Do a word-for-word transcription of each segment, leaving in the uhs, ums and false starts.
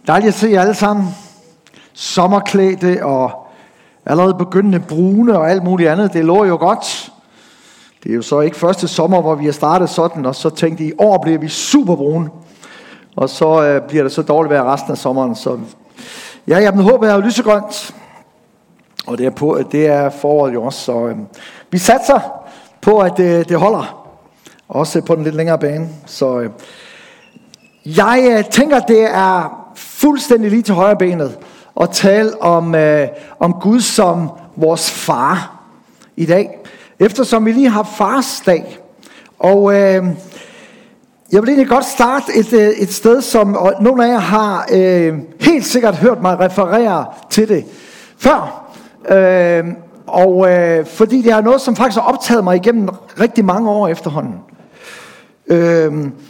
Dejligt at se jer alle sammen. Sommerklædte og allerede begyndende brune og alt muligt andet. Det lover jo godt. Det er jo så ikke første sommer, hvor vi har startet sådan, og så tænkte I, i år bliver vi super brune. Og så øh, bliver det så dårligt vejr resten af sommeren. Så ja, jeg håber, jeg er jo lysegrønt. Og det er, på, det er foråret jo også. Så øh, vi satser på, at det, det holder. Også på den lidt længere bane. Så øh, jeg øh, tænker, det er fuldstændig lige til højre benet at tale om, øh, om Gud som vores far i dag. Eftersom vi lige har fars dag. Og øh, jeg vil egentlig godt starte et, et sted, som og nogle af jer har øh, helt sikkert hørt mig referere til det før. Øh, og øh, fordi det er noget, som faktisk har optaget mig igennem rigtig mange år efterhånden. Øh,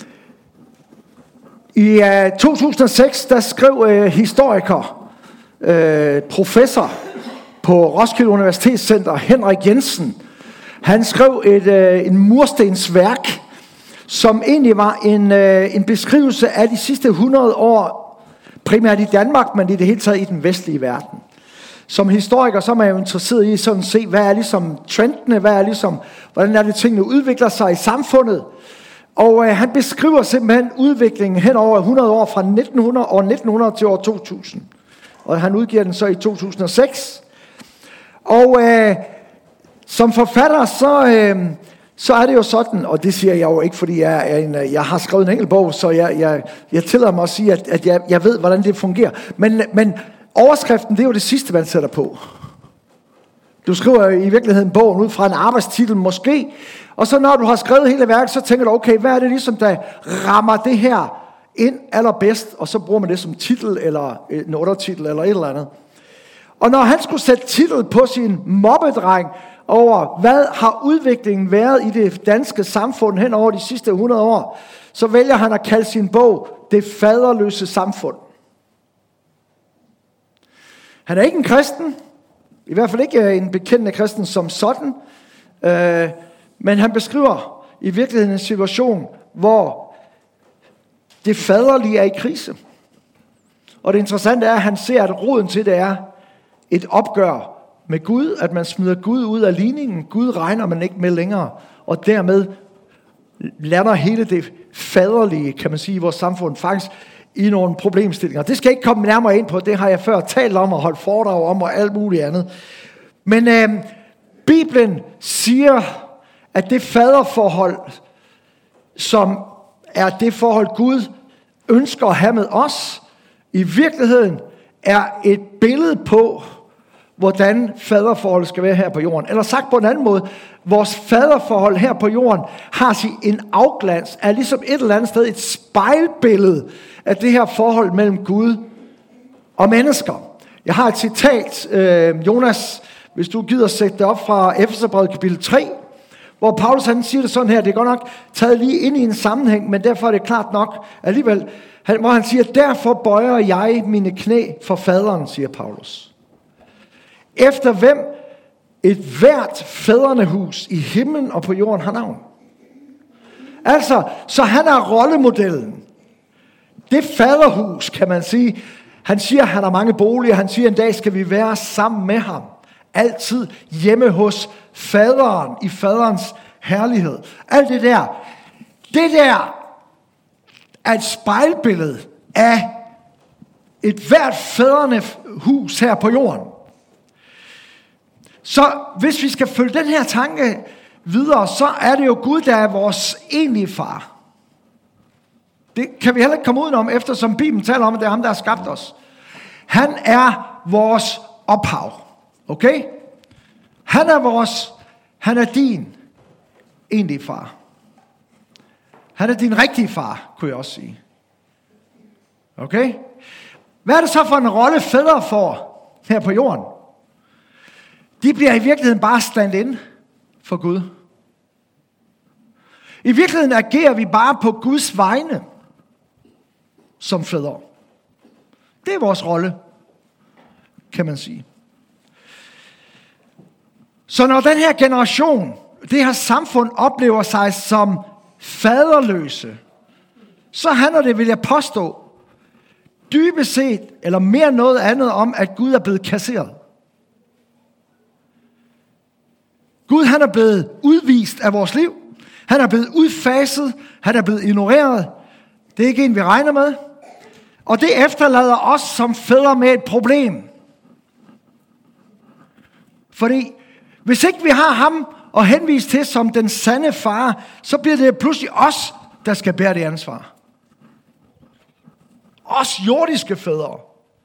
I uh, to tusind og seks, der skrev uh, historiker, uh, professor på Roskilde Universitetscenter, Henrik Jensen, han skrev et, uh, en murstensværk, som egentlig var en, uh, en beskrivelse af de sidste hundrede år, primært i Danmark, men i det hele taget i den vestlige verden. Som historiker, så er man jo interesseret i sådan at se, hvad er ligesom trendene, hvad er ligesom, hvordan er det tingene udvikler sig i samfundet. Og øh, han beskriver simpelthen udviklingen hen over hundrede år fra nitten hundrede, år nitten hundrede til år to tusind. Og han udgiver den så i to tusind og seks. Og øh, som forfatter, så, øh, så er det jo sådan, og det siger jeg jo ikke, fordi jeg, er en, jeg har skrevet en enkelt bog, så jeg, jeg, jeg tillader mig at sige, at, at jeg, jeg ved, hvordan det fungerer. Men, men overskriften, det er jo det sidste, man sætter på. Du skriver i virkeligheden bogen ud fra en arbejdstitel måske, og så når du har skrevet hele værket, så tænker du, okay, hvad er det ligesom, der rammer det her ind allerbedst, og så bruger man det som titel, eller en undertitel, eller et eller andet. Og når han skulle sætte titel på sin mobbedreng over, hvad har udviklingen været i det danske samfund hen over de sidste hundrede år, så vælger han at kalde sin bog Det faderløse samfund. Han er ikke en kristen, i hvert fald ikke en bekendende kristen som sådan, øh, men han beskriver i virkeligheden en situation, hvor det faderlige er i krise. Og det interessante er, at han ser, at roden til det er et opgør med Gud, at man smider Gud ud af ligningen. Gud regner man ikke med længere, og dermed lander hele det faderlige, kan man sige, i vores samfund faktisk i nogle problemstillinger. Det skal jeg ikke komme nærmere ind på, det har jeg før talt om og holdt foredrag om og alt muligt andet. Men øh, Bibelen siger, at det faderforhold, som er det forhold, Gud ønsker at have med os, i virkeligheden er et billede på, hvordan faderforholdet skal være her på jorden. Eller sagt på en anden måde, vores faderforhold her på jorden har en afglans, er ligesom et eller andet sted et spejlbillede af det her forhold mellem Gud og mennesker. Jeg har et citat, øh, Jonas, hvis du gider sætte det op fra Efeserbrevet kapitel tre, hvor Paulus han siger det sådan her, det er godt nok taget lige ind i en sammenhæng, men derfor er det klart nok alligevel, han, hvor han siger, derfor bøjer jeg mine knæ for faderen, siger Paulus. Efter hvem et hvert fædrene-hus i himlen og på jorden har navn. Altså, så han er rollemodellen. Det faderhus, kan man sige. Han siger, at han har mange boliger. Han siger, at en dag skal vi være sammen med ham. Altid hjemme hos faderen, i faderens herlighed. Alt det der. Det der er et spejlbillede af et hvert fædrene hus her på jorden. Så hvis vi skal følge den her tanke videre, så er det jo Gud, der er vores egentlige far. Det kan vi heller ikke komme udenom, eftersom Bibelen taler om, at det er ham, der har skabt os. Han er vores ophav. Okay? Han er vores, han er din egentlige far. Han er din rigtige far, kunne jeg også sige. Okay? Hvad er det så for en rolle fædre får her på jorden? De bliver i virkeligheden bare stand-in for Gud. I virkeligheden agerer vi bare på Guds vegne som fædre. Det er vores rolle, kan man sige. Så når den her generation, det her samfund oplever sig som faderløse, så handler det, vil jeg påstå, dybest set, eller mere noget andet om, at Gud er blevet kasseret. Gud, han er blevet udvist af vores liv. Han er blevet udfaset. Han er blevet ignoreret. Det er ikke en, vi regner med. Og det efterlader os som fædre med et problem. Fordi hvis ikke vi har ham at henvise til som den sande far, så bliver det pludselig os, der skal bære det ansvar. Os jordiske fædre.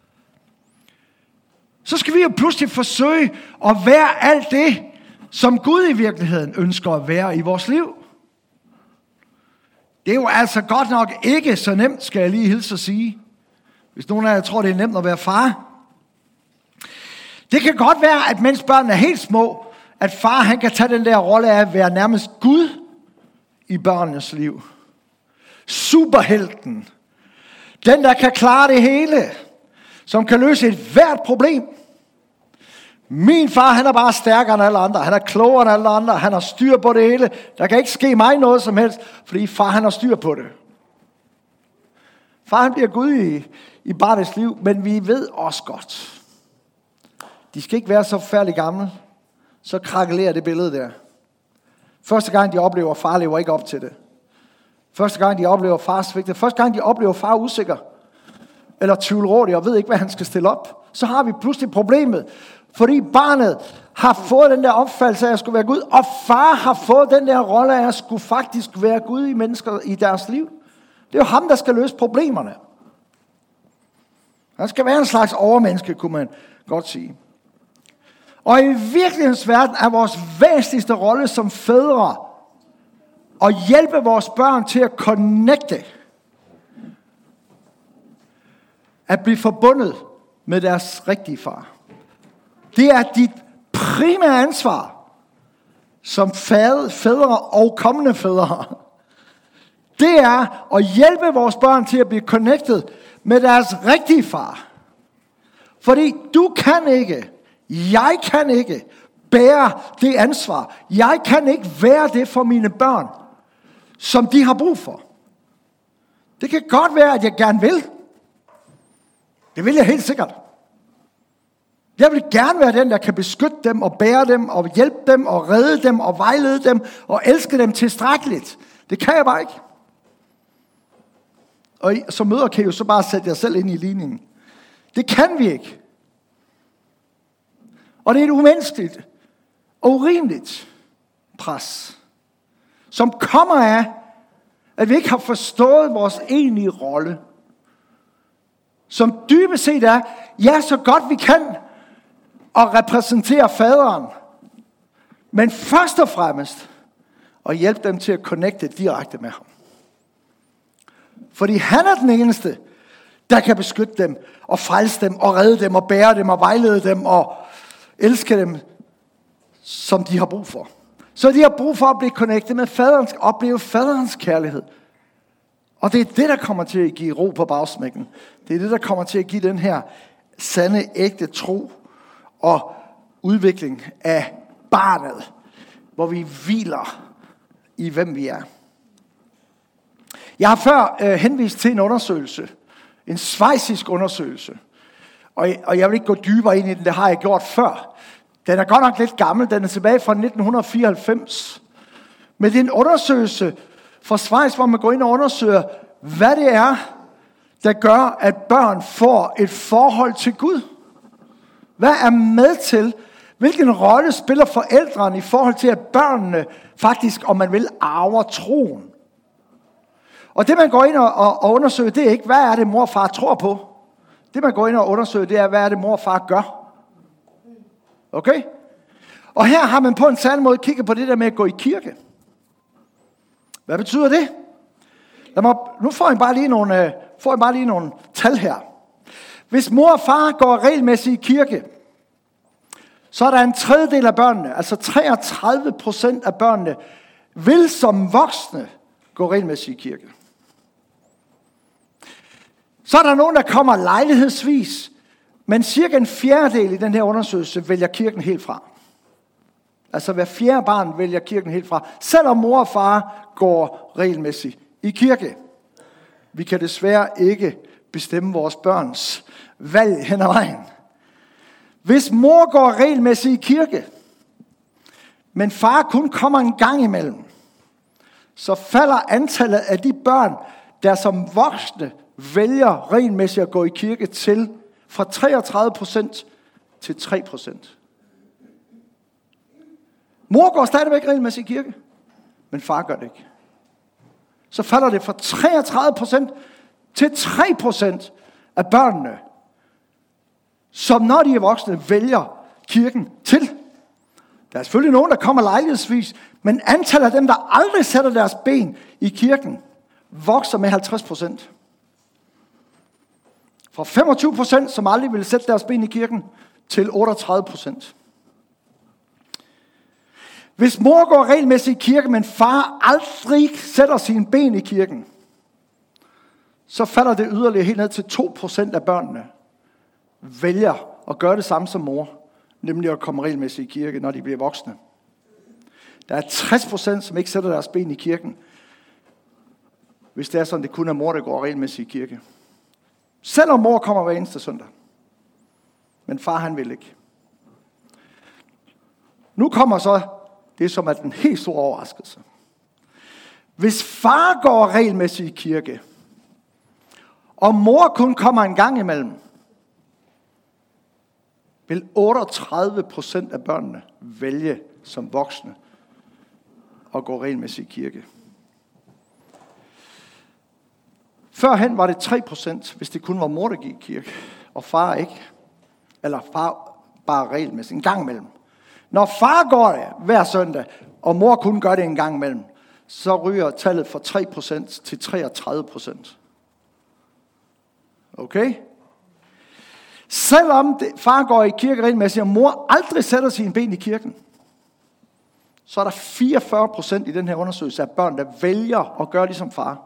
Så skal vi jo pludselig forsøge at være alt det, som Gud i virkeligheden ønsker at være i vores liv. Det er jo altså godt nok ikke så nemt, skal jeg lige hilse at sige. Hvis nogen af jer tror, det er nemt at være far. Det kan godt være, at mens børnene er helt små, at far han kan tage den der rolle af at være nærmest Gud i børnenes liv. Superhelten. Den, der kan klare det hele. Som kan løse et hvert problem. Min far, han er bare stærkere end alle andre. Han er klogere end alle andre. Han har styr på det hele. Der kan ikke ske mig noget som helst, fordi far, han har styr på det. Far, han bliver Gud i, i barnets liv, men vi ved også godt. De skal ikke være så forfærdeligt gamle. Så krakelerer det billede der. Første gang, de oplever, at far lever ikke op til det. Første gang, de oplever, at far svigter. Første gang, de oplever, at far er usikker. Eller tvivlrådig og ved ikke, hvad han skal stille op. Så har vi pludselig problemet. Fordi barnet har fået den der opfattelse af at skulle være Gud. Og far har fået den der rolle af at skulle faktisk være Gud i mennesker i deres liv. Det er jo ham, der skal løse problemerne. Han skal være en slags overmenneske, kunne man godt sige. Og i virkelighedens verden er vores væsentligste rolle som fædre at hjælpe vores børn til at connecte. At blive forbundet med deres rigtige far. Det er dit primære ansvar som fædre og kommende fædre. Det er at hjælpe vores børn til at blive connected med deres rigtige far. Fordi du kan ikke, jeg kan ikke bære det ansvar. Jeg kan ikke være det for mine børn, som de har brug for. Det kan godt være, at jeg gerne vil. Det vil jeg helt sikkert. Jeg vil gerne være den, der kan beskytte dem og bære dem og hjælpe dem og redde dem og vejlede dem og elske dem tilstrækkeligt. Det kan jeg bare ikke. Og som mødre kan I jo så bare sætte jer selv ind i ligningen. Det kan vi ikke. Og det er et umenneskeligt og urimeligt pres, som kommer af, at vi ikke har forstået vores egentlige rolle. Som dybest set er, ja, så godt vi kan, at repræsentere faderen. Men først og fremmest, at hjælpe dem til at connecte direkte med ham. Fordi han er den eneste, der kan beskytte dem, og frelse dem, og redde dem, og bære dem, og vejlede dem, og elske dem, som de har brug for. Så de har brug for at blive connectet med faderens, opleve faderens kærlighed. Og det er det, der kommer til at give ro på bagsmækken. Det er det, der kommer til at give den her sande, ægte tro og udvikling af barnet, hvor vi hviler i, hvem vi er. Jeg har før øh, henvist til en undersøgelse, en schweizisk undersøgelse, og, og jeg vil ikke gå dybere ind i den, det har jeg gjort før. Den er godt nok lidt gammel, den er tilbage fra nitten fireoghalvfems. Men det er en undersøgelse fra Schweiz, hvor man går ind og undersøger, hvad det er, der gør, at børn får et forhold til Gud. Hvad er med til, hvilken rolle spiller forældrene i forhold til, at børnene faktisk, om man vil, arver troen? Og det man går ind og, og, og undersøger, det er ikke, hvad er det mor og far tror på? Det man går ind og undersøger, det er, hvad er det mor og far gør? Okay? Og her har man på en særlig måde kigget på det der med at gå i kirke. Hvad betyder det? Lad mig, nu får jeg bare lige nogle, uh, får jeg bare lige nogle tal her. Hvis mor og far går regelmæssigt i kirke, så er der en tredjedel af børnene, altså treogtredive procent af børnene, vil som voksne gå regelmæssigt i kirke. Så er der nogen, der kommer lejlighedsvis, men cirka en fjerdedel i den her undersøgelse vælger kirken helt fra. Altså hver fjerde barn vælger kirken helt fra, selvom mor og far går regelmæssigt i kirke. Vi kan desværre ikke bestemme vores børns valg hen ad vejen. Hvis mor går regelmæssigt i kirke, men far kun kommer en gang imellem, så falder antallet af de børn, der som voksne vælger regelmæssigt at gå i kirke til, fra treogtredive procent til tre procent. Mor går stadigvæk regelmæssigt i kirke, men far gør det ikke. Så falder det fra treogtredive procent til tre procent af børnene, som når de er voksne, vælger kirken til. Der er selvfølgelig nogen, der kommer lejlighedsvis, men antallet af dem, der aldrig sætter deres ben i kirken, vokser med halvtreds procent. Fra femogtyve procent, som aldrig ville sætte deres ben i kirken, til otteogtredive procent. Hvis mor går regelmæssigt i kirke, men far aldrig sætter sine ben i kirken, så falder det yderligere helt ned til to procent af børnene vælger at gøre det samme som mor, nemlig at komme regelmæssigt i kirke, når de bliver voksne. Der er tres procent, som ikke sætter deres ben i kirken, hvis det er sådan, det kun er mor, der går regelmæssigt i kirke. Selvom mor kommer hver eneste søndag. Men far, han vil ikke. Nu kommer så det, som er den helt store overraskelse. Hvis far går regelmæssigt i kirke, og mor kun kommer en gang imellem, vil otteogtredive procent af børnene vælge som voksne at gå regelmæssigt i kirke. Førhen var det tre procent, hvis det kun var mor, der gik i kirke, og far ikke. Eller far bare regelmæssigt, en gang imellem. Når far går det hver søndag, og mor kun gør det en gang imellem, så ryger tallet fra tre procent til treogtredive procent. Okay? Selvom det, far går i kirke regelmæssigt, og mor aldrig sætter sine ben i kirken, så er der fireogfyrre procent i den her undersøgelse af børn, der vælger at gøre ligesom far.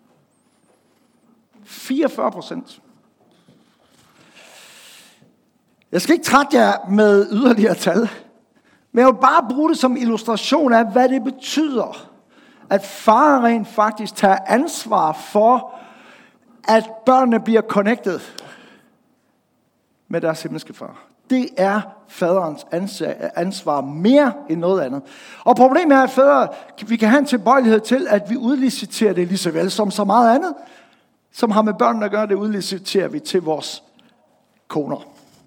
fireogfyrre procent. Jeg skal ikke trætte jer med yderligere tal, men jeg vil bare bruge det som illustration af, hvad det betyder, at far rent faktisk tager ansvar for, at børnene bliver connected med deres himmelske far. Det er faderens ansvar mere end noget andet. Og problemet er, at fædre, vi kan have en tilbøjelighed til, at vi udliciterer det lige så vel som så meget andet, som har med børnene at gøre, det udliciterer vi til vores koner.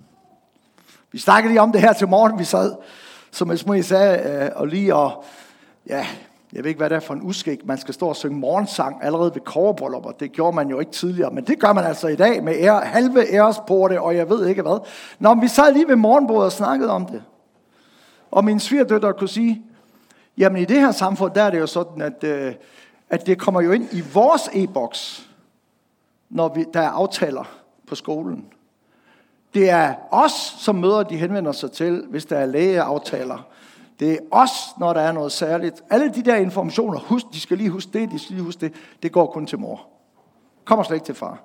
Vi snakkede lige om det her til morgen, vi sad, som jeg sagde, og lige og, ja, jeg ved ikke, hvad det er for en uskik, man skal stå og synge morgensang allerede ved kobberbryllupper. Det gjorde man jo ikke tidligere, men det gør man altså i dag med ære, halve æresporte, og jeg ved ikke hvad. Nå, men vi sad lige ved morgenbordet og snakkede om det. Og min svigerdøtter kunne sige, jamen i det her samfund, der er det jo sådan, at, øh, at det kommer jo ind i vores e-boks, når vi, der er aftaler på skolen. Det er os, som møder, de henvender sig til, hvis der er lægeaftaler. Det er os, når der er noget særligt. Alle de der informationer, husk, de skal lige huske det, de skal lige huske det, det går kun til mor. Kommer slet ikke til far.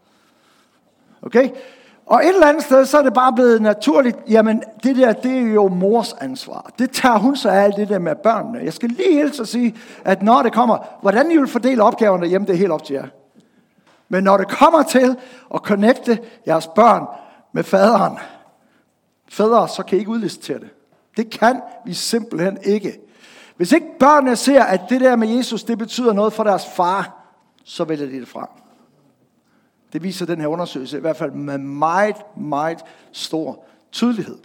Okay? Og et eller andet sted, så er det bare blevet naturligt, jamen det der, det er jo mors ansvar. Det tager hun sig af alt det der med børnene. Jeg skal lige hilse at sige, at når det kommer, hvordan I vil fordele opgaverne derhjemme, det er helt op til jer. Men når det kommer til at connecte jeres børn med faderen, fædre, så kan I ikke udlicitere det. Det kan vi simpelthen ikke. Hvis ikke børnene ser, at det der med Jesus, det betyder noget for deres far, så vælger de det fra. Det viser den her undersøgelse, i hvert fald med meget, meget stor tydelighed.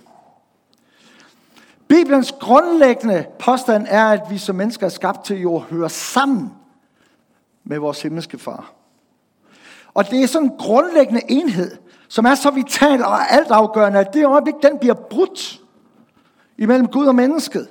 Bibelens grundlæggende påstand er, at vi som mennesker er skabt til jo at høre sammen med vores himmelske far. Og det er sådan en grundlæggende enhed, som er så vital og altafgørende, at det øjeblik, den bliver brudt imellem Gud og mennesket.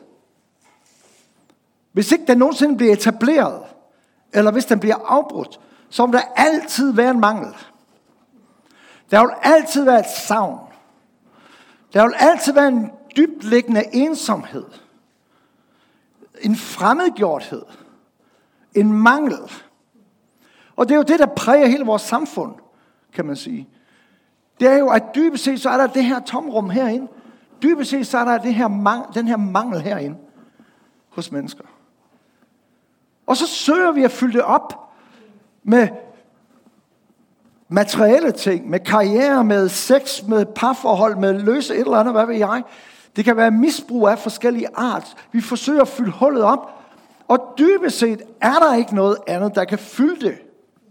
Hvis ikke den nogensinde bliver etableret, eller hvis den bliver afbrudt, så vil der altid være en mangel. Der vil altid være et savn. Der vil altid være en dybtliggende ensomhed. En fremmedgjorthed. En mangel. Og det er jo det, der præger hele vores samfund, kan man sige. Det er jo, at dybest set så er der det her tomrum herinde. Dybest set så er der det her mang- den her mangel herinde hos mennesker. Og så søger vi at fylde det op med materielle ting, med karriere, med sex, med parforhold, med løse et eller andet, hvad ved jeg. Det kan være misbrug af forskellige art. Vi forsøger at fylde hullet op, og dybest set er der ikke noget andet, der kan fylde det,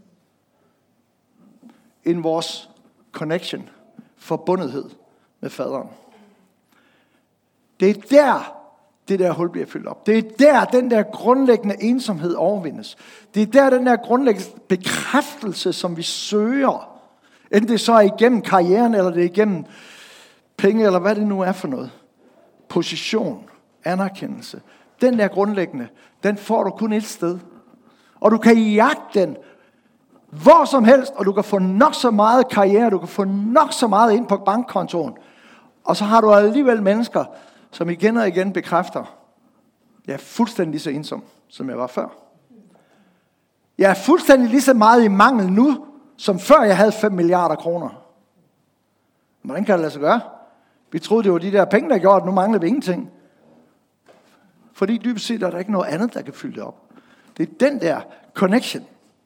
end vores connection, forbundethed med faderen. Det er der, det der hul bliver fyldt op. Det er der, den der grundlæggende ensomhed overvindes. Det er der, den der grundlæggende bekræftelse, som vi søger, enten det så er igennem karrieren, eller det er igennem penge, eller hvad det nu er for noget. Position, anerkendelse. Den der grundlæggende, den får du kun et sted. Og du kan jagte den hvor som helst, og du kan få nok så meget karriere, du kan få nok så meget ind på bankkontoen. Og så har du alligevel mennesker, som igen og igen bekræfter, jeg er fuldstændig lige så ensom, som jeg var før. Jeg er fuldstændig lige så meget i mangel nu, som før jeg havde fem milliarder kroner. Hvordan kan det lade sig gøre? Vi troede, det var de der penge, der gjorde, at nu mangler vi ingenting. Fordi dybest set er der ikke noget andet, der kan fylde det op. Det er den der connection.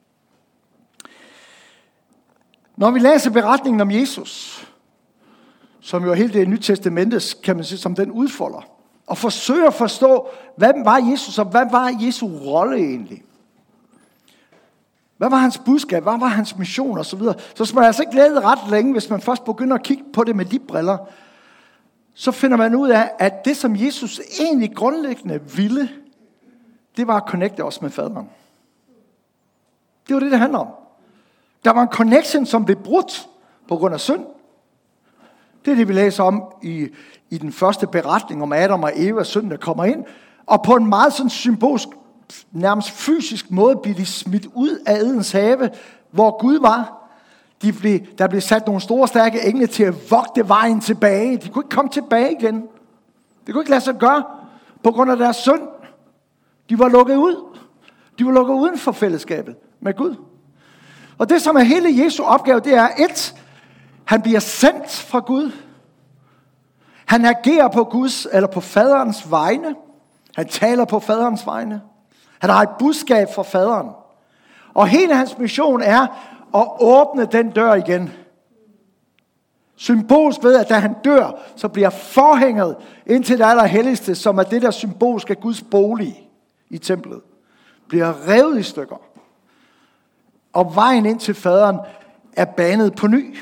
Når vi læser beretningen om Jesus, som jo er hele det Nye Testamentet, kan man sige, som den udfolder, og forsøger at forstå, hvad var Jesus, og hvad var Jesu rolle egentlig? Hvad var hans budskab? Hvad var hans mission? Og så videre. Så skal man altså ikke lede ret længe, hvis man først begynder at kigge på det med de briller. Så finder man ud af, at det, som Jesus egentlig grundlæggende ville, det var at connecte os med faderen. Det var det, det handler om. Der var en connection, som blev brudt på grund af synd. Det er det, vi læser om i, i den første beretning om Adam og Eva, synden, der kommer ind. Og på en meget sådan symbolsk, nærmest fysisk måde, bliver de smidt ud af Edens have, hvor Gud var. De blev, der blev sat nogle store, stærke engle til at vogte vejen tilbage. De kunne ikke komme tilbage igen. Det kunne ikke lade sig gøre på grund af deres synd. De var lukket ud. De var lukket uden for fællesskabet med Gud. Og det, som er hele Jesu opgave, det er et, han bliver sendt fra Gud. Han agerer på Guds, eller på faderens vegne. Han taler på faderens vegne. Han har et budskab fra faderen. Og hele hans mission er at åbne den dør igen. Symbolsk ved, at da han dør, så bliver forhænget ind til det allerhelligste, som er det der symbolsk af Guds bolig i templet, bliver revet i stykker. Og vejen ind til faderen er banet på ny.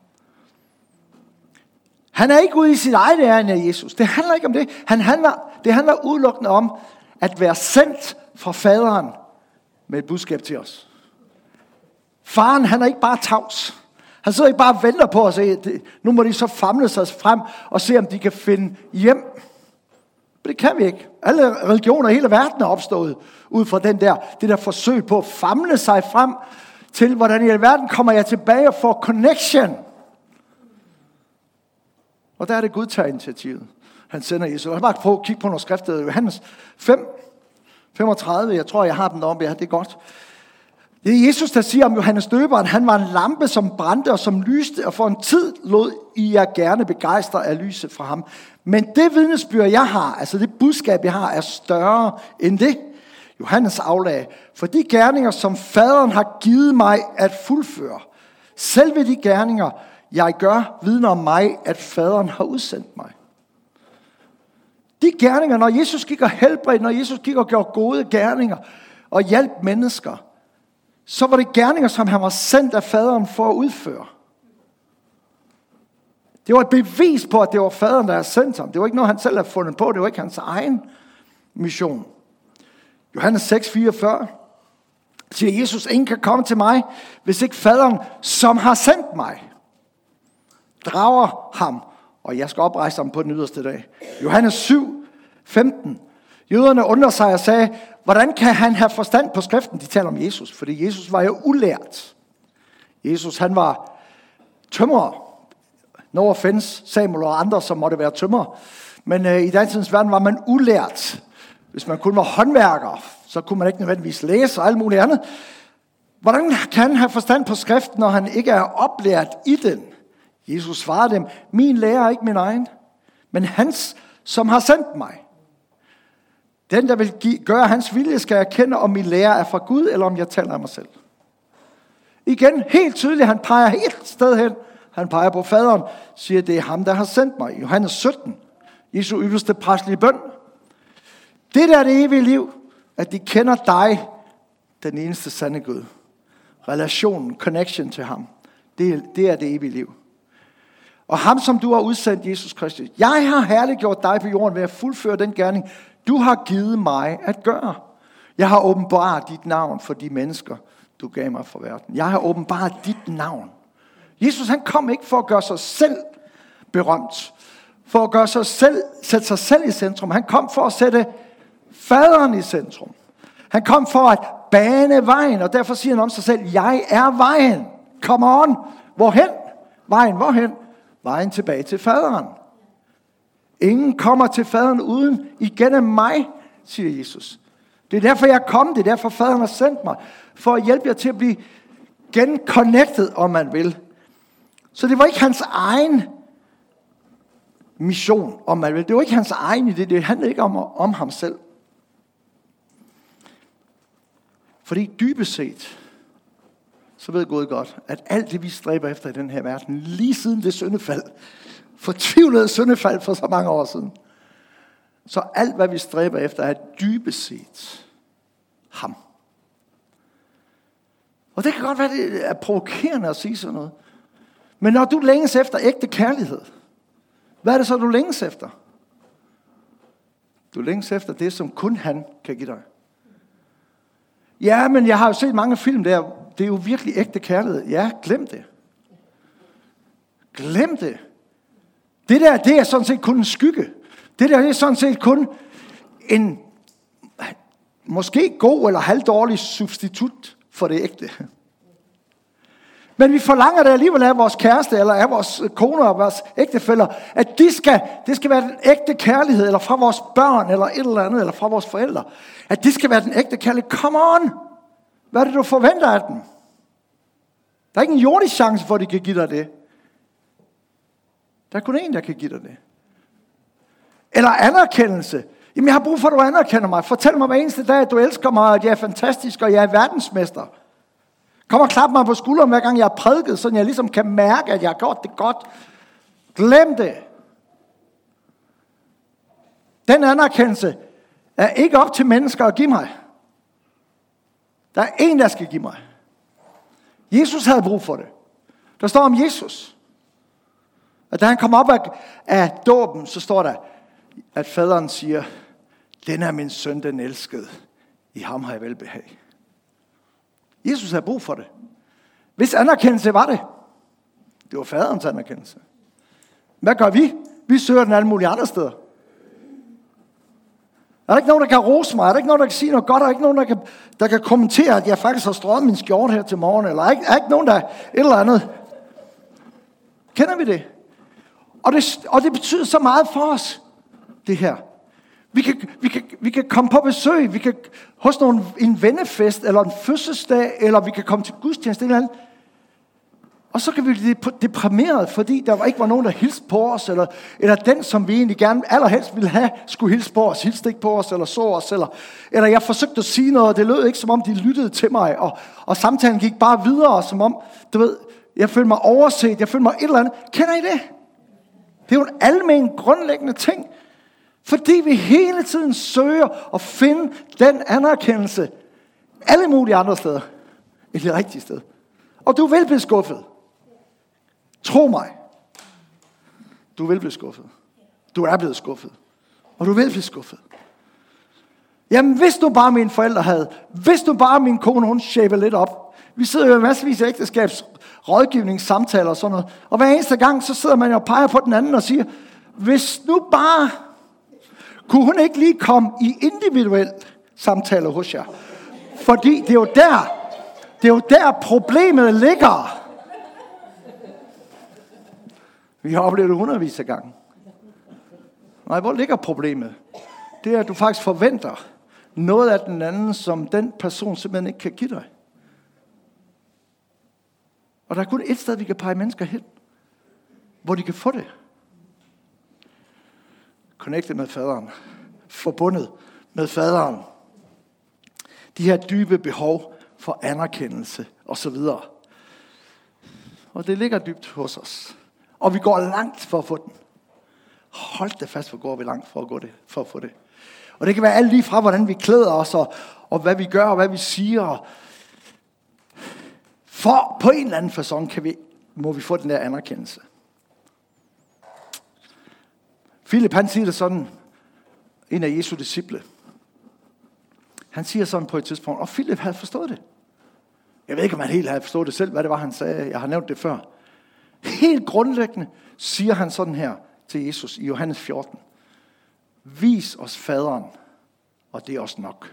Han er ikke ude i sit eget ærinde af Jesus. Det handler ikke om det. Han handler, det handler udelukkende om at være sendt fra faderen med et budskab til os. Faren, han er ikke bare tavs. Han sidder ikke bare og venter på os. Nu må de så famle sig frem og se, om de kan finde hjem. Men det kan vi ikke. Alle religioner i hele verden er opstået ud fra den der, det der forsøg på at famle sig frem til, hvordan i alverden kommer jeg tilbage og får connection. Og der er det Gud tager initiativet. Han sender Jesus. Jeg har bare prøvet at kigge på nogle skrifter. Johannes fem, femogtredive, jeg tror, jeg har dem deroppe. Ja, det er godt. Det er Jesus, der siger om Johannes Døberen, han var en lampe, som brændte og som lyste, og for en tid lod I jer gerne begejstre af lyset fra ham. Men det vidnesbyrd, jeg har, altså det budskab, jeg har, er større end det. Johannes aflagde, for de gerninger, som faderen har givet mig at fuldføre, selve de gerninger, jeg gør, vidner om mig, at faderen har udsendt mig. De gerninger, når Jesus gik og helbredte, når Jesus gik og gjorde gode gerninger og hjalp mennesker, så var det gerninger, som han var sendt af faderen for at udføre. Det var et bevis på, at det var faderen, der havde sendt ham. Det var ikke noget, han selv havde fundet på. Det var ikke hans egen mission. Johannes seks, fireogfyrre siger Jesus, ingen kan komme til mig, hvis ikke faderen, som har sendt mig, drager ham, og jeg skal oprejse ham på den yderste dag. Johannes syv, femten. Jøderne undrer sig og sagde, hvordan kan han have forstand på skriften? De taler om Jesus, fordi Jesus var jo ulært. Jesus, han var tømrer. No offense, Samuel og andre, som måtte være tømrer. Men øh, i datidens verden var man ulært. Hvis man kun var håndværker, så kunne man ikke nødvendigvis læse og alt muligt andet. Hvordan kan han have forstand på skriften, når han ikke er oplært i den? Jesus svarede dem, min lærer er ikke min egen, men hans, som har sendt mig. Den, der vil give, gøre hans vilje, skal erkende, om min lærer er fra Gud, eller om jeg taler af mig selv. Igen, helt tydeligt, han peger helt sted hen. Han peger på faderen, siger, det er ham, der har sendt mig. Johannes sytten, Jesu ypperste præstelige bøn. Det der er det evige liv, at de kender dig, den eneste sande Gud. Relationen, connection til ham. Det, det er det evige liv. Og ham, som du har udsendt, Jesus Kristus. Jeg har herliggjort dig på jorden ved at fuldføre den gerning, du har givet mig at gøre. Jeg har åbenbart dit navn for de mennesker, du gav mig fra verden. Jeg har åbenbart dit navn. Jesus, han kom ikke for at gøre sig selv berømt. For at gøre sig selv, sætte sig selv i centrum. Han kom for at sætte faderen i centrum. Han kom for at bane vejen, og derfor siger han om sig selv, jeg er vejen. Come on. Hvorhen? Vejen, hvorhen? Vejen tilbage til faderen. Ingen kommer til faderen uden igennem mig, siger Jesus. Det er derfor, jeg er kommet. Det er derfor, faderen har sendt mig. For at hjælpe jer til at blive genconnected, om man vil. Så det var ikke hans egen mission, om man vil. Det var ikke hans egen idé. Det handlede ikke om, om ham selv. Fordi dybest set, så ved Gud godt, at alt det, vi stræber efter i den her verden, lige siden det syndefald, fortvivlede syndefald for så mange år siden, så alt, hvad vi stræber efter, er dybest set ham. Og det kan godt være, det er provokerende at sige sådan noget. Men når du længes efter ægte kærlighed, hvad er det så, du længes efter? Du længes efter det, som kun han kan give dig. Ja, men jeg har jo set mange film der. Det er jo virkelig ægte kærlighed. Ja, glem det. Glem det. Det der, det er sådan set kun en skygge. Det der, det er sådan set kun en måske god eller halvdårlig substitut for det ægte. Men vi forlanger det alligevel af vores kæreste, eller af vores koner og vores ægtefæller, at de skal, det skal være den ægte kærlighed, eller fra vores børn, eller et eller andet, eller fra vores forældre. At det skal være den ægte kærlighed. Come on! Hvad er det, du forventer af dem? Der er ikke en jordisk chance for, at de kan give dig det. Der er kun en, der kan give dig det. Eller anerkendelse. Jamen, jeg har brug for, at du anerkender mig. Fortæl mig hver eneste dag, at du elsker mig, at jeg er fantastisk, og jeg er verdensmester. Kom og klap mig på skulderen, hver gang jeg har prædiket, så jeg ligesom kan mærke, at jeg har gjort det godt. Glem det. Den anerkendelse er ikke op til mennesker at give mig. Der er en, der skal give mig. Jesus havde brug for det. Der står om Jesus. At da han kom op af, af dåben, så står der, at faderen siger, den er min søn, den elskede. I ham har jeg velbehag. Jesus havde brug for det. Hvis anerkendelse var det. Det var faderens anerkendelse. Hvad gør vi? Vi søger den alle mulige andre steder. Er der ikke nogen, der kan rose mig? Er der ikke nogen, der kan sige noget godt? Er der ikke nogen, der kan, der kan kommentere, at jeg faktisk har strøget min skjorte her til morgen? Eller er der ikke, er der ikke nogen, der et eller andet? Kender vi det? Og det, og det betyder så meget for os, det her. Vi kan, vi kan, vi kan komme på besøg, vi kan hos nogen, en vennefest, eller en fødselsdag, eller vi kan komme til gudstjeneste, eller andet. Og så kan vi blive deprimeret, fordi der ikke var nogen, der hilste på os, eller, eller den, som vi egentlig gerne allerhelst ville have, skulle hilse på os, hilste ikke på os, eller så os, eller, eller jeg forsøgte at sige noget, og det lød ikke, som om de lyttede til mig, og, og samtalen gik bare videre, som om, du ved, jeg følte mig overset, jeg følte mig et eller andet. Kender I det? Det er jo en almen grundlæggende ting, fordi vi hele tiden søger at finde den anerkendelse alle mulige andre steder, end det rigtige sted. Og du vil blive skuffet. Tro mig. Du vil blive skuffet. Du er blevet skuffet. Og du vil blive skuffet. Jamen, hvis du bare mine forældre havde, hvis du bare min kone, hun shaper lidt op. Vi sidder jo i massevis af ægteskabsrådgivningssamtaler og sådan noget. Og hver eneste gang, så sidder man jo og peger på den anden og siger, hvis nu bare, kunne hun ikke lige komme i individuel samtale hos jer? Fordi det er jo der, det er jo der problemet ligger. Vi har oplevet det hundredvis af gange. Nej, hvor ligger problemet? Det er, at du faktisk forventer noget af den anden, som den person simpelthen ikke kan give dig. Og der er kun et sted, vi kan pege mennesker hen, hvor de kan få det. Connected med faderen. Forbundet med faderen. De her dybe behov for anerkendelse osv. Og det ligger dybt hos os. Og vi går langt for at få den. Hold det fast, hvor går vi langt for at, gå det, for at få det. Og det kan være alt lige fra, hvordan vi klæder os, og, og hvad vi gør, og hvad vi siger. For på en eller anden facon kan vi, må vi få den der anerkendelse. Philip, han siger det sådan, en af Jesu disciple. Han siger sådan på et tidspunkt, og Philip havde forstået det. Jeg ved ikke, om han helt havde forstået det selv, hvad det var, han sagde. Jeg har nævnt det før. Helt grundlæggende siger han sådan her til Jesus i Johannes fjorten. Vis os faderen, og det er os nok.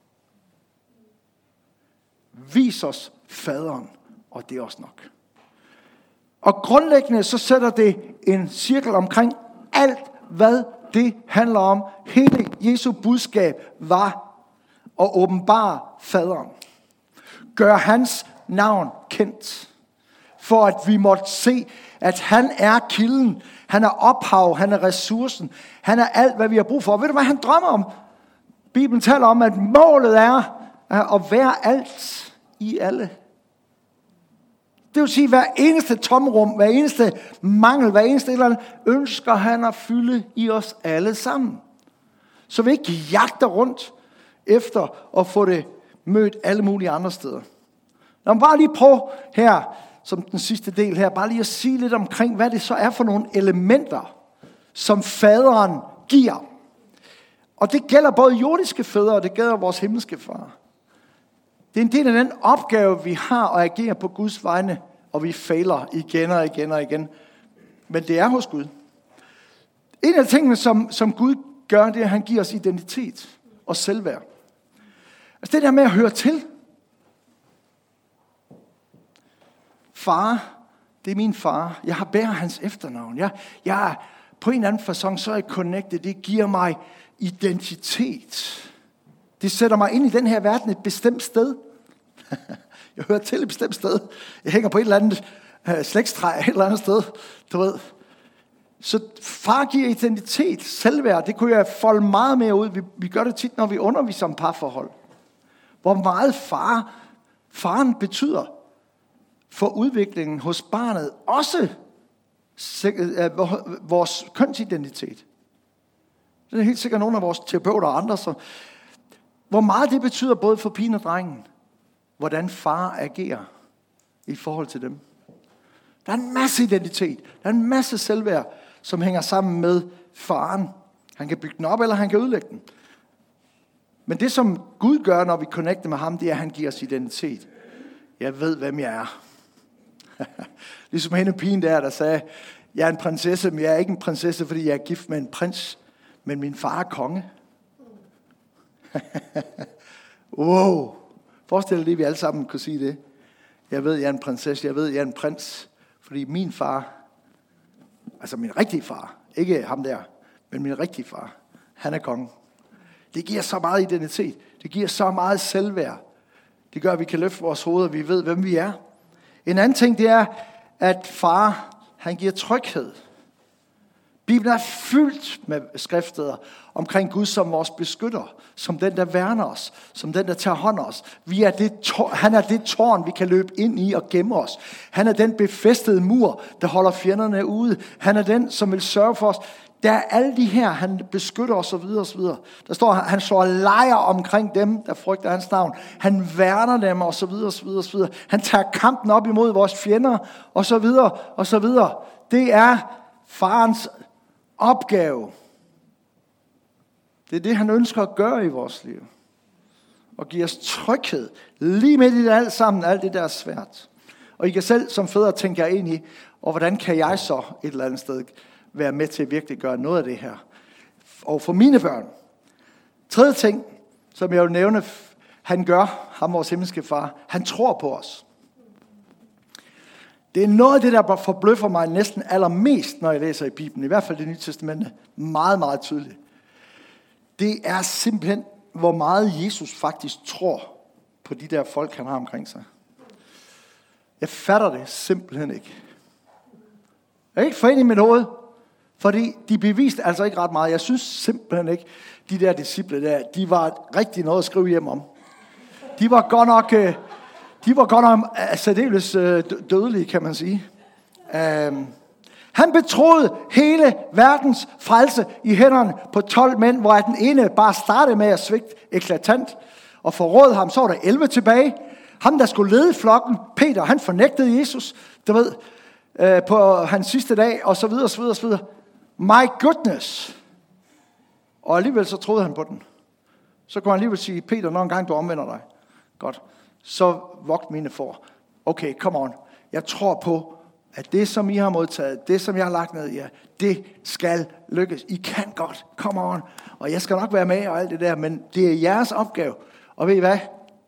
Vis os faderen, og det er os nok. Og grundlæggende så sætter det en cirkel omkring alt, hvad det handler om. Hele Jesu budskab var at åbenbare faderen. Gør hans navn kendt. For at vi måtte se, at han er kilden. Han er ophav, han er ressourcen. Han er alt, hvad vi har brug for. Og ved du, hvad han drømmer om? Bibelen taler om, at målet er at være alt i alle. Det vil sige, at hver eneste tomrum, hver eneste mangel, hver eneste eller andet, ønsker han at fylde i os alle sammen. Så vi ikke jagter rundt efter at få det mødt alle mulige andre steder. Lad mig bare lige prøve her, som den sidste del her, bare lige at sige lidt omkring, hvad det så er for nogle elementer, som faderen giver. Og det gælder både jordiske fædre, og det gælder vores himmelske far. Det er en del af den opgave, vi har at agere på Guds vegne, og vi fejler igen og igen og igen. Men det er hos Gud. En af tingene, som, som Gud gør, det er, at han giver os identitet og selvværd. Altså det der med at høre til. Far, det er min far. Jeg har bærer hans efternavn. Jeg, jeg er på en eller anden facon, så er jeg connected. Det giver mig identitet. Det sætter mig ind i den her verden et bestemt sted. Jeg hører til et bestemt sted. Jeg hænger på et eller andet uh, slægtstræ et eller andet sted. Du ved. Så far giver identitet, selvværd. Det kunne jeg folde meget mere ud. Vi, vi gør det tit, når vi underviser om parforhold. Hvor meget far, faren betyder for udviklingen hos barnet. Også uh, vores kønsidentitet. Det er helt sikkert nogle af vores terapeuter og andre, som hvor meget det betyder både for pigen og drengen. Hvordan far agerer i forhold til dem. Der er en masse identitet. Der er en masse selvværd, som hænger sammen med faren. Han kan bygge den op, eller han kan ødelægge den. Men det, som Gud gør, når vi connecter med ham, det er, at han giver os identitet. Jeg ved, hvem jeg er. Ligesom hende pigen der, der sagde, jeg er en prinsesse, men jeg er ikke en prinsesse, fordi jeg er gift med en prins. Men min far er konge. Wow. Forestil dig lige, at vi alle sammen kunne sige det. Jeg ved, jeg er en prinsesse. Jeg ved, jeg er en prins. Fordi min far, altså min rigtige far, ikke ham der, men min rigtige far, han er konge. Det giver så meget identitet. Det giver så meget selvværd. Det gør, at vi kan løfte vores hoveder, vi ved, hvem vi er. En anden ting, det er, at far, han giver tryghed. Bibelen er fyldt med skriftsteder omkring Gud som vores beskytter, som den, der værner os, som den, der tager hånd om os. Vi er det tårn, han er det tårn, vi kan løbe ind i og gemme os. Han er den befæstede mur, der holder fjenderne ude. Han er den, som vil sørge for os. Der er alle de her, han beskytter os og videre og så videre. Der står, han slår lejr omkring dem, der frygter hans navn. Han værner dem og så videre og så videre og så videre. Han tager kampen op imod vores fjender og så videre og så videre. Det er farens opgave. Det er det, han ønsker at gøre i vores liv. Og give os tryghed. Lige midt i det alt sammen, alt det der er svært. Og I kan selv som fædre tænke jer ind i, og hvordan kan jeg så et eller andet sted være med til at virkelig gøre noget af det her. Og for mine børn. Tredje ting, som jeg vil nævne, han gør, ham vores himmelske far, han tror på os. Det er noget af det, der forbløffer mig næsten allermest, når jeg læser i Bibelen. I hvert fald det Nye Testamente. Meget, meget tydeligt. Det er simpelthen, hvor meget Jesus faktisk tror på de der folk, han har omkring sig. Jeg fatter det simpelthen ikke. Jeg er ikke for ind i mit hoved, fordi de beviste altså ikke ret meget. Jeg synes simpelthen ikke, de der disciple der, de var rigtig noget at skrive hjem om. De var godt nok, De var godt om særdeles dødelige, kan man sige. Um, han betroede hele verdens frelse i hænderne på tolv mænd, hvor den ene bare startede med at svigte eklatant og forråde ham. Så var der elleve tilbage. Ham, der skulle lede flokken, Peter, han fornægtede Jesus, du ved, øh, på hans sidste dag, og så videre, så videre, så videre. My goodness. Og alligevel så troede han på den. Så kunne han alligevel sige, Peter, når en gang du omvender dig, godt, så vogt mine får. Okay, come on. Jeg tror på, at det, som I har modtaget, det, som jeg har lagt ned i jer, det skal lykkes. I kan godt, come on. Og jeg skal nok være med og alt det der, men det er jeres opgave. Og ved I hvad?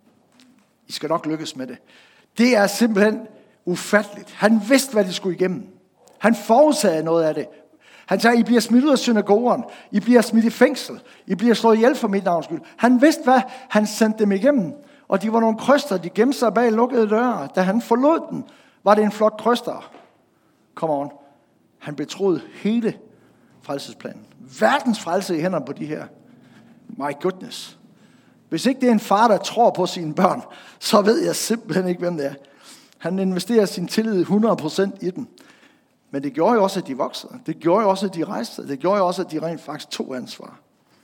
I skal nok lykkes med det. Det er simpelthen ufatteligt. Han vidste, hvad det skulle igennem. Han forudsagde noget af det. Han sagde, I bliver smidt ud af synagogen. I bliver smidt i fængsel. I bliver slået ihjel for mit navns skyld. Han vidste, hvad han sendte dem igennem. Og de var nogle krøster, de gemte sig bag lukkede døre. Da han forlod den, var det en flok krøster. Come on. Han betroede hele frelsesplanen. Verdens frelse i hænderne på de her. My goodness. Hvis ikke det er en far, der tror på sine børn, så ved jeg simpelthen ikke, hvem det er. Han investerer sin tillid hundrede procent i den. Men det gjorde jo også, at de voksede. Det gjorde jo også, at de rejste. Det gjorde jo også, at de rent faktisk tog ansvar.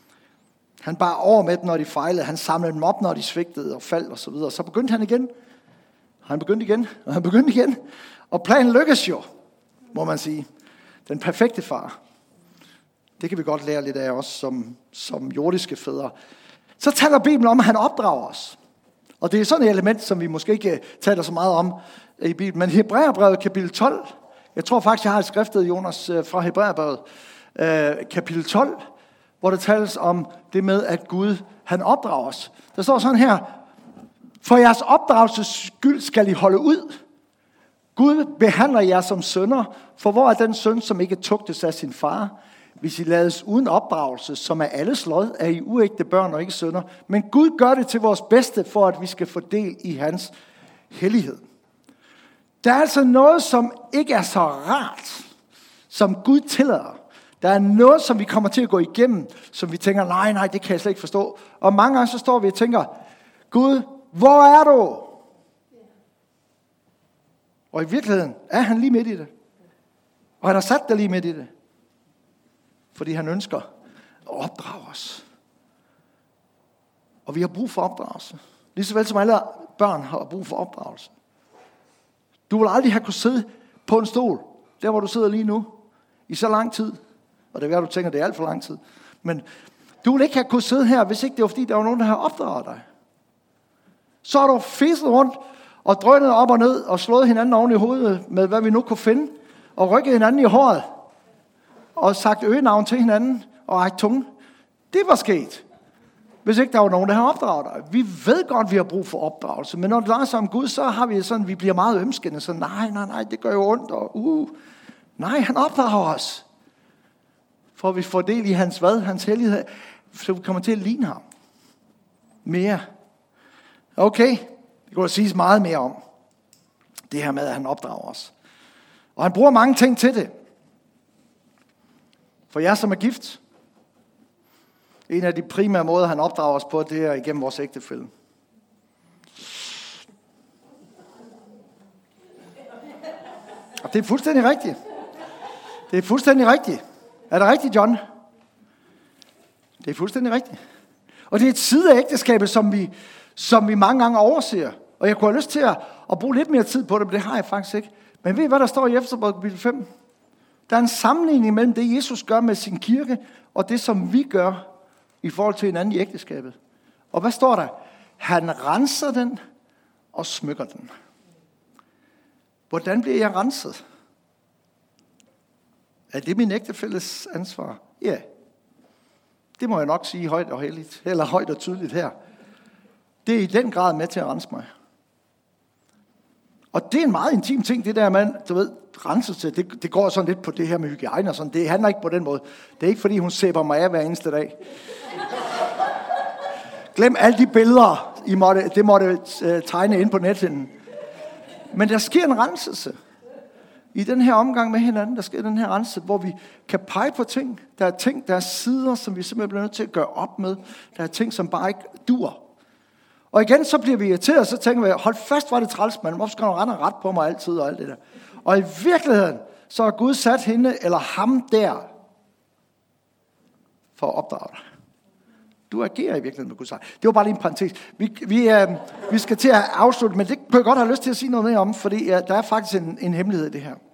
Han bar over med dem, når de fejlede. Han samlede dem op, når de svigtede og faldt og så videre. Så begyndte han igen. Han begyndte igen, og han begyndte igen. Og planen lykkedes jo, må man sige. Den perfekte far. Det kan vi godt lære lidt af os som, som jordiske fædre. Så taler Bibelen om, at han opdrager os. Og det er sådan et element, som vi måske ikke taler så meget om i Bibelen. Men Hebræerbrevet kapitel tolv, jeg tror faktisk, jeg har skriftet, Jonas, fra Hebræerbrevet, kapitel tolv, hvor der tales om det med, at Gud, han opdrager os. Der står sådan her, for jeres opdragelses skyld skal I holde ud. Gud behandler jer som sønner, for hvor er den søn, som ikke tugtes af sin far? Hvis I lades uden opdragelse, som er alles lod, er I uægte børn og ikke sønner. Men Gud gør det til vores bedste, for at vi skal få del i hans hellighed. Der er altså noget, som ikke er så rart, som Gud tillader. Der er noget, som vi kommer til at gå igennem, som vi tænker, nej, nej, det kan jeg slet ikke forstå. Og mange gange så står vi og tænker, Gud, hvor er du? Og i virkeligheden er han lige midt i det. Og han har sat dig lige midt i det. Fordi han ønsker at opdrage os. Og vi har brug for opdragelse. Lige så vel som alle børn har brug for opdragelse. Du vil aldrig have kunnet sidde på en stol, der hvor du sidder lige nu, i så lang tid. Og det er værd, du tænker, det er alt for lang tid. Men du vil ikke have kunnet sidde her, hvis ikke det var fordi, der var nogen, der har opdraget dig. Så har du fisket rundt og drønet op og ned og slået hinanden oven i hovedet med, hvad vi nu kunne finde. Og rykket hinanden i håret. Og sagt øgenavn til hinanden og rækket tunge. Det var sket. Hvis ikke der var nogen, der har opdraget dig. Vi ved godt, vi har brug for opdragelse. Men når det drejer sig om Gud, så har vi sådan, vi bliver meget ømskende. Så nej, nej, nej, det gør jo ondt. Og, uh. Nej, han opdrager os. For at vi får del i hans hvad? Hans hellighed. Så vi kommer til at ligne ham. Mere. Okay. Det kunne der siges meget mere om. Det her med, at han opdrager os. Og han bruger mange ting til det. For jer, som er gift, en af de primære måder, han opdrager os på, det er igennem vores ægtefælle. Og det er fuldstændig rigtigt. Det er fuldstændig rigtigt. Er det rigtigt, John? Det er fuldstændig rigtigt. Og det er et side af ægteskabet, som vi, som vi mange gange overser. Og jeg kunne have lyst til at, at bruge lidt mere tid på det, men det har jeg faktisk ikke. Men ved I, hvad der står i Efeserbrevet kapitel fem? Der er en sammenligning mellem det, Jesus gør med sin kirke, og det, som vi gør i forhold til hinanden i ægteskabet. Og hvad står der? Han renser den og smykker den. Hvordan bliver jeg renset? Er det min ægtefælles ansvar? Ja. Det må jeg nok sige højt og heldigt, eller højt og tydeligt her. Det er i den grad med til at rense mig. Og det er en meget intim ting, det der med, du ved, renselse, det, det går sådan lidt på det her med hygiejne og sådan. Det handler ikke på den måde. Det er ikke, fordi hun sæber mig af hver eneste dag. Glem alle de billeder, I måtte, det måtte uh, tegne ind på nettet. Men der sker en renselse. I den her omgang med hinanden, der sker den her renselse, hvor vi kan pege på ting. Der er ting, der er sider, som vi simpelthen bliver nødt til at gøre op med. Der er ting, som bare ikke dur. Og igen, så bliver vi irriteret, og så tænker vi, hold fast, hvor er det træls, man. Hvorfor skal du rende ret på mig altid og alt det der? Og i virkeligheden, så har Gud sat hende eller ham der, for at opdrage dig. Du agerer i virkeligheden med Guds ej. Det var bare lige en parentes. Vi, vi, øh, vi skal til at afslutte, men det kunne jeg godt have lyst til at sige noget mere om, fordi øh, der er faktisk en, en hemmelighed i det her.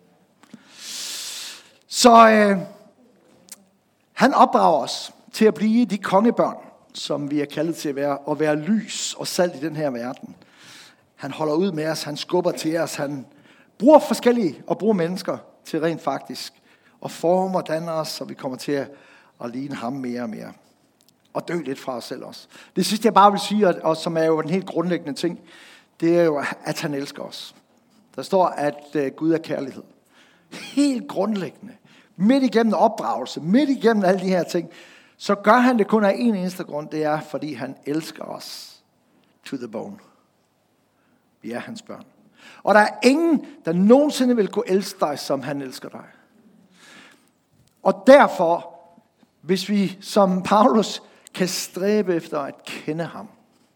Så øh, han opdrager os til at blive de kongebørn, som vi er kaldet til at være, og være lys og salt i den her verden. Han holder ud med os, han skubber til os, han bruger forskellige og bruger mennesker til rent faktisk og former og danner os, så vi kommer til at, at ligne ham mere og mere. Og dø lidt fra os selv også. Det sidste jeg bare vil sige, og, og som er jo en helt grundlæggende ting, det er jo, at han elsker os. Der står, at uh, Gud er kærlighed. Helt grundlæggende. Midt igennem opdragelse, midt igennem alle de her ting, så gør han det kun af en eneste grund, det er, fordi han elsker os to the bone. Vi er hans børn. Og der er ingen, der nogensinde vil kunne elske dig, som han elsker dig. Og derfor, hvis vi som Paulus kan stræbe efter at kende ham,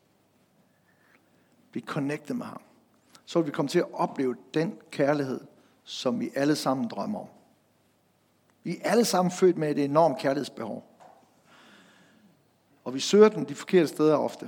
vi connecter med ham, så vil vi komme til at opleve den kærlighed, som vi alle sammen drømmer om. Vi er alle sammen født med et enormt kærlighedsbehov. Og vi søger den de forkerte steder ofte.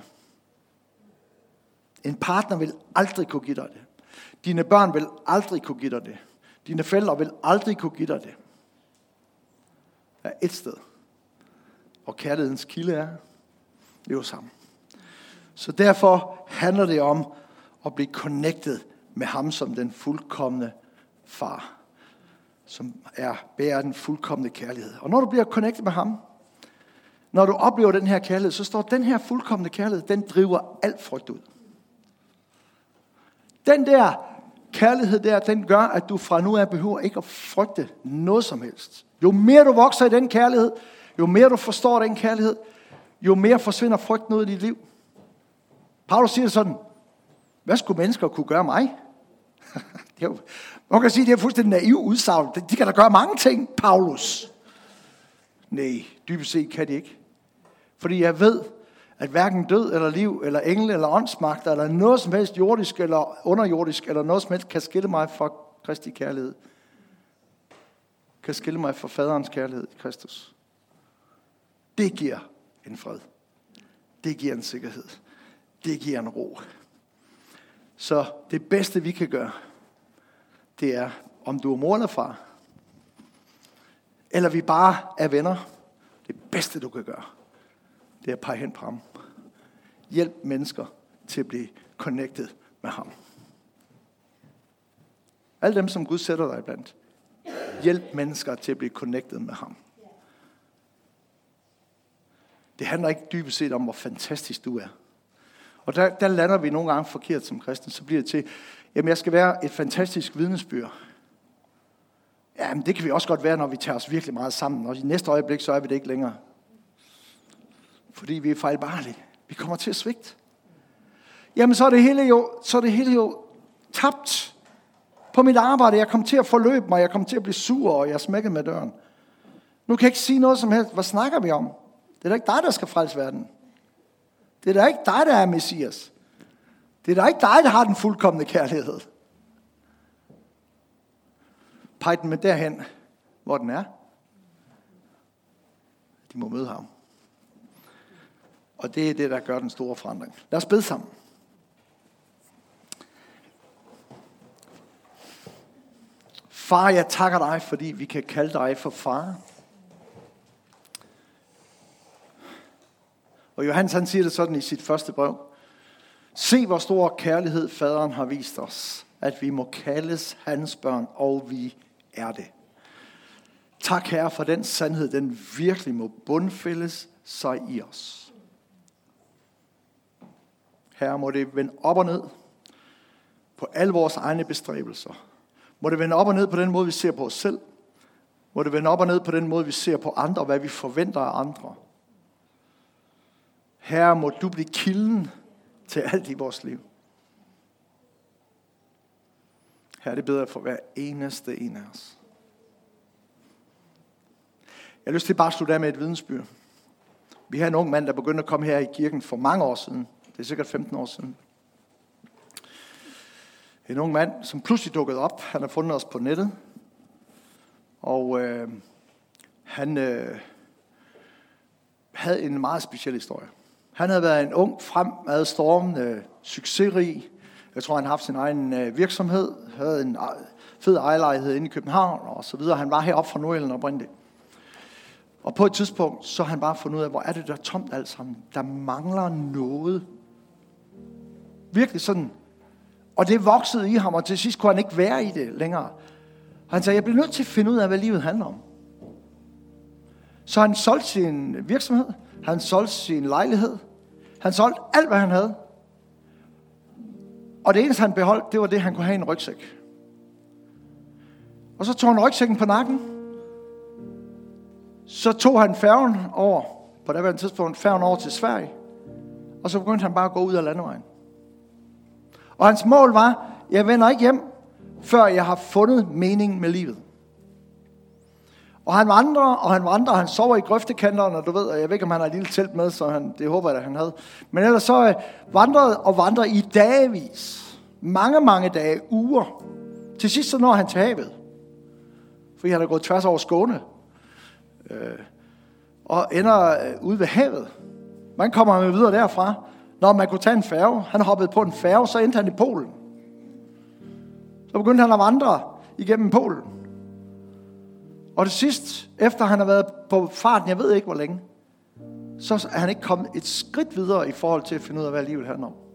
En partner vil aldrig kunne give dig det. Dine børn vil aldrig kunne give dig det. Dine forældre vil aldrig kunne give dig det. Der er et sted, hvor kærlighedens kilde er. Det er jo sammen. Så derfor handler det om at blive connected med ham som den fuldkomne far. Som er bærer den fuldkomne kærlighed. Og når du bliver connected med ham, når du oplever den her kærlighed, så står den her fuldkomne kærlighed, den driver alt frygt ud. Den der kærlighed der, den gør, at du fra nu af behøver ikke at frygte noget som helst. Jo mere du vokser i den kærlighed, jo mere du forstår den kærlighed, jo mere forsvinder frygten ud i dit liv. Paulus siger sådan, hvad skulle mennesker kunne gøre mig? Det er jo, man kan sige, det er fuldstændig naiv udsagn. De kan da gøre mange ting, Paulus. Nej, dybest set kan de ikke. Fordi jeg ved, at hverken død eller liv, eller engle eller åndsmagter, eller noget som helst jordisk eller underjordisk, eller noget som helst, kan skille mig fra Kristi kærlighed. Kan skille mig fra faderens kærlighed i Kristus. Det giver en fred. Det giver en sikkerhed. Det giver en ro. Så det bedste vi kan gøre, det er, om du er mor eller far, eller vi bare er venner, det bedste du kan gøre, det er at pege hen på ham. Hjælp mennesker til at blive connected med ham. Alle dem, som Gud sætter dig iblandt. Hjælp mennesker til at blive connected med ham. Det handler ikke dybest set om, hvor fantastisk du er. Og der, der lander vi nogle gange forkert som kristne, så bliver det til, jamen jeg skal være et fantastisk vidnesbyrd. Jamen det kan vi også godt være, når vi tager os virkelig meget sammen. Og i næste øjeblik, så er vi det ikke længere. Fordi vi er fejlbarlige. Vi kommer til at svigte. Jamen så er det hele jo, så er det hele jo tabt. På mit arbejde, jeg kommer til at forløbe mig, jeg kommer til at blive sur, og jeg smækker med døren. Nu kan jeg ikke sige noget som helst. Hvad snakker vi om? Det er da ikke dig, der skal frelse verden. Det er da ikke dig, der er Messias. Det er da ikke dig, der har den fuldkomne kærlighed. Peg den med derhen, hvor den er. De må møde ham. Og det er det, der gør den store forandring. Lad os bede sammen. Far, jeg takker dig, fordi vi kan kalde dig for far. Og Johannes han siger det sådan i sit første brev. Se, hvor stor kærlighed faderen har vist os, at vi må kaldes hans børn, og vi er det. Tak, Herre, for den sandhed, den virkelig må bundfældes sig i os. Herre, må det vende op og ned på alle vores egne bestræbelser. Må det vende op og ned på den måde, vi ser på os selv. Må det vende op og ned på den måde, vi ser på andre, og hvad vi forventer af andre. Herre, må du blive kilden til alt i vores liv. Herre, det beder jeg for hver eneste en af os. Jeg har lyst til bare at slutte af med et vidensbyrd. Vi har en ung mand, der begyndte at komme her i kirken for mange år siden. Det er sikkert femten år siden. En ung mand, som pludselig dukkede op. Han har fundet os på nettet. Og øh, han øh, havde en meget speciel historie. Han havde været en ung, fremadstormende, succesrig. Jeg tror, han havde haft sin egen øh, virksomhed. Havde en fed ejerlejlighed inde i København og så videre. Han var heroppe fra Nordjylland oprindeligt. Og på et tidspunkt, så har han bare fundet ud af, hvor er det der tomt alt sammen. Der mangler noget. Virkelig sådan. Og det voksede i ham, og til sidst kunne han ikke være i det længere. Og han sagde, jeg bliver nødt til at finde ud af, hvad livet handler om. Så han solgte sin virksomhed. Han solgte sin lejlighed. Han solgte alt, hvad han havde. Og det eneste, han beholdt, det var det, han kunne have i en rygsæk. Og så tog han rygsækken på nakken. Så tog han færgen over, på det tidspunkt, færgen over til Sverige. Og så begyndte han bare at gå ud af landevejen. Og hans mål var, jeg vender ikke hjem, før jeg har fundet mening med livet. Og han vandrer, og han vandrer, og han sover i grøftekanterne, og du ved, og jeg ved ikke, om han har et lille telt med, så han, det håber jeg, at han havde. Men ellers så øh, vandrede og vandrede i dagevis. Mange, mange dage, uger. Til sidst så når han til havet. Fordi han er gået tværs over Skåne. Øh, og ender øh, ude ved havet. Man kommer med videre derfra. Når man kunne tage en færge, han hoppede på en færge, så endte han i Polen. Så begyndte han at vandre igennem Polen. Og til sidst, efter han har været på farten, jeg ved ikke hvor længe, så er han ikke kommet et skridt videre i forhold til at finde ud af, hvad livet handler om.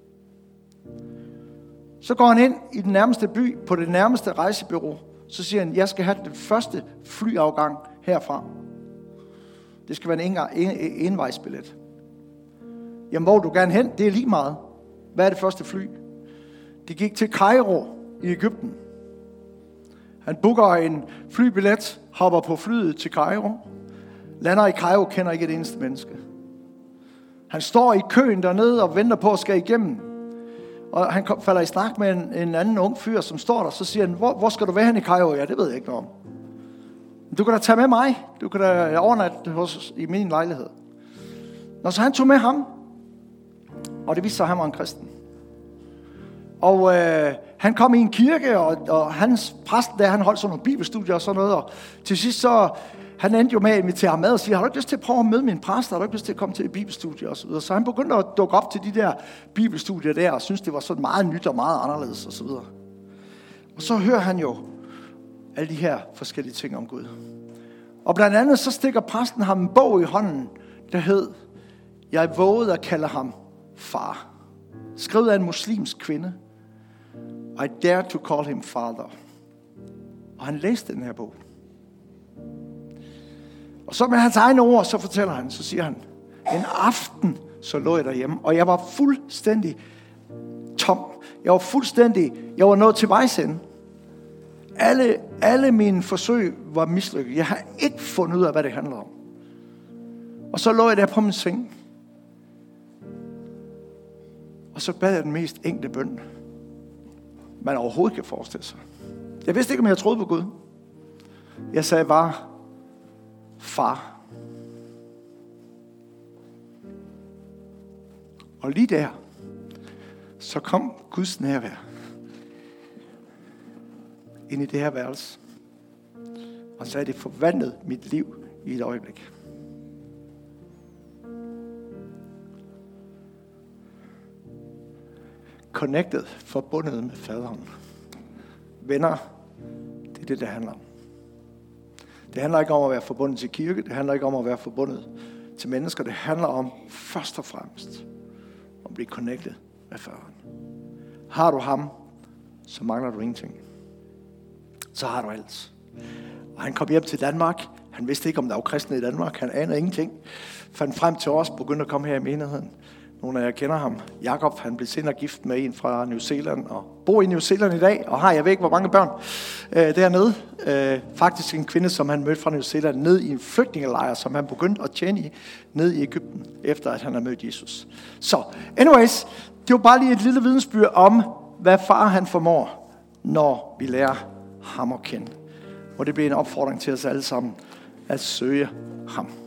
Så går han ind i den nærmeste by, på det nærmeste rejsebureau. Så siger han, jeg skal have den første flyafgang herfra. Det skal være en, en, en envejsbillet. Jamen, hvor du gerne hen, det er lige meget. Hvad er det første fly? Det gik til Kairo i Egypten. Han booker en flybillet, hopper på flyet til Kairo. Lander i Kairo, kender ikke et eneste menneske. Han står i køen dernede og venter på at skal igennem. Og han falder i snak med en, en anden ung fyr, som står der. Så siger han, hvor, hvor skal du være hen i Kairo? Ja, det ved jeg ikke noget om. Du kan da tage med mig. Du kan da overnatte hos, i min lejlighed. Nå, så han tog med ham. Og det viste sig, at han var en kristen. Og øh, han kom i en kirke, og, og hans præst der, han holdt sådan nogle bibelstudier og sådan noget. Og til sidst så, han endte jo med at invitere ham med og sige, har du ikke lyst til at prøve at møde min præst? Har du ikke lyst til at komme til et bibelstudie og så videre? Så han begyndte at dukke op til de der bibelstudier der, og synes det var sådan meget nyt og meget anderledes og så videre. Og så hører han jo alle de her forskellige ting om Gud. Og blandt andet så stikker præsten ham en bog i hånden, der hed, jeg vågede at kalde ham far. Skrevet af en muslimsk kvinde. I dare to call him father. Og han læste den her bog. Og så med hans egne ord, så fortæller han, så siger han, en aften, så lå jeg derhjemme, og jeg var fuldstændig tom. Jeg var fuldstændig, jeg var nået til vejs ende. Alle, alle mine forsøg var mislykket. Jeg har ikke fundet ud af, hvad det handler om. Og så lå jeg der på min seng. Og så bad jeg den mest enkle bøn, man overhovedet kan forestille sig. Jeg vidste ikke, om jeg troede på Gud. Jeg sagde bare, far. Og lige der, så kom Guds nærvær ind i det her værelse. Og så er det forvandlet mit liv i et øjeblik. Connected, forbundet med faderen. Venner, det er det, det handler om. Det handler ikke om at være forbundet til kirke, det handler ikke om at være forbundet til mennesker, det handler om først og fremmest at blive connected med faderen. Har du ham, så mangler du ingenting. Så har du alt. Og han kom hjem til Danmark. Han vidste ikke, om der var kristne i Danmark. Han anede ingenting. Fandt frem til os, begyndte at komme her i menigheden. Nogle af jer kender ham. Jakob, han blev senere gift med en fra New Zealand og bor i New Zealand i dag, og har jeg ved ikke, hvor mange børn øh, dernede. Øh, faktisk en kvinde, som han mødte fra New Zealand, ned i en flygtningelejr, som han begyndte at tjene i, ned i Egypten, efter at han har mødt Jesus. Så, anyways, det var bare lige et lille vidensbyrd om, hvad far han formår, når vi lærer ham at kende. Og det bliver en opfordring til os alle sammen, at søge ham.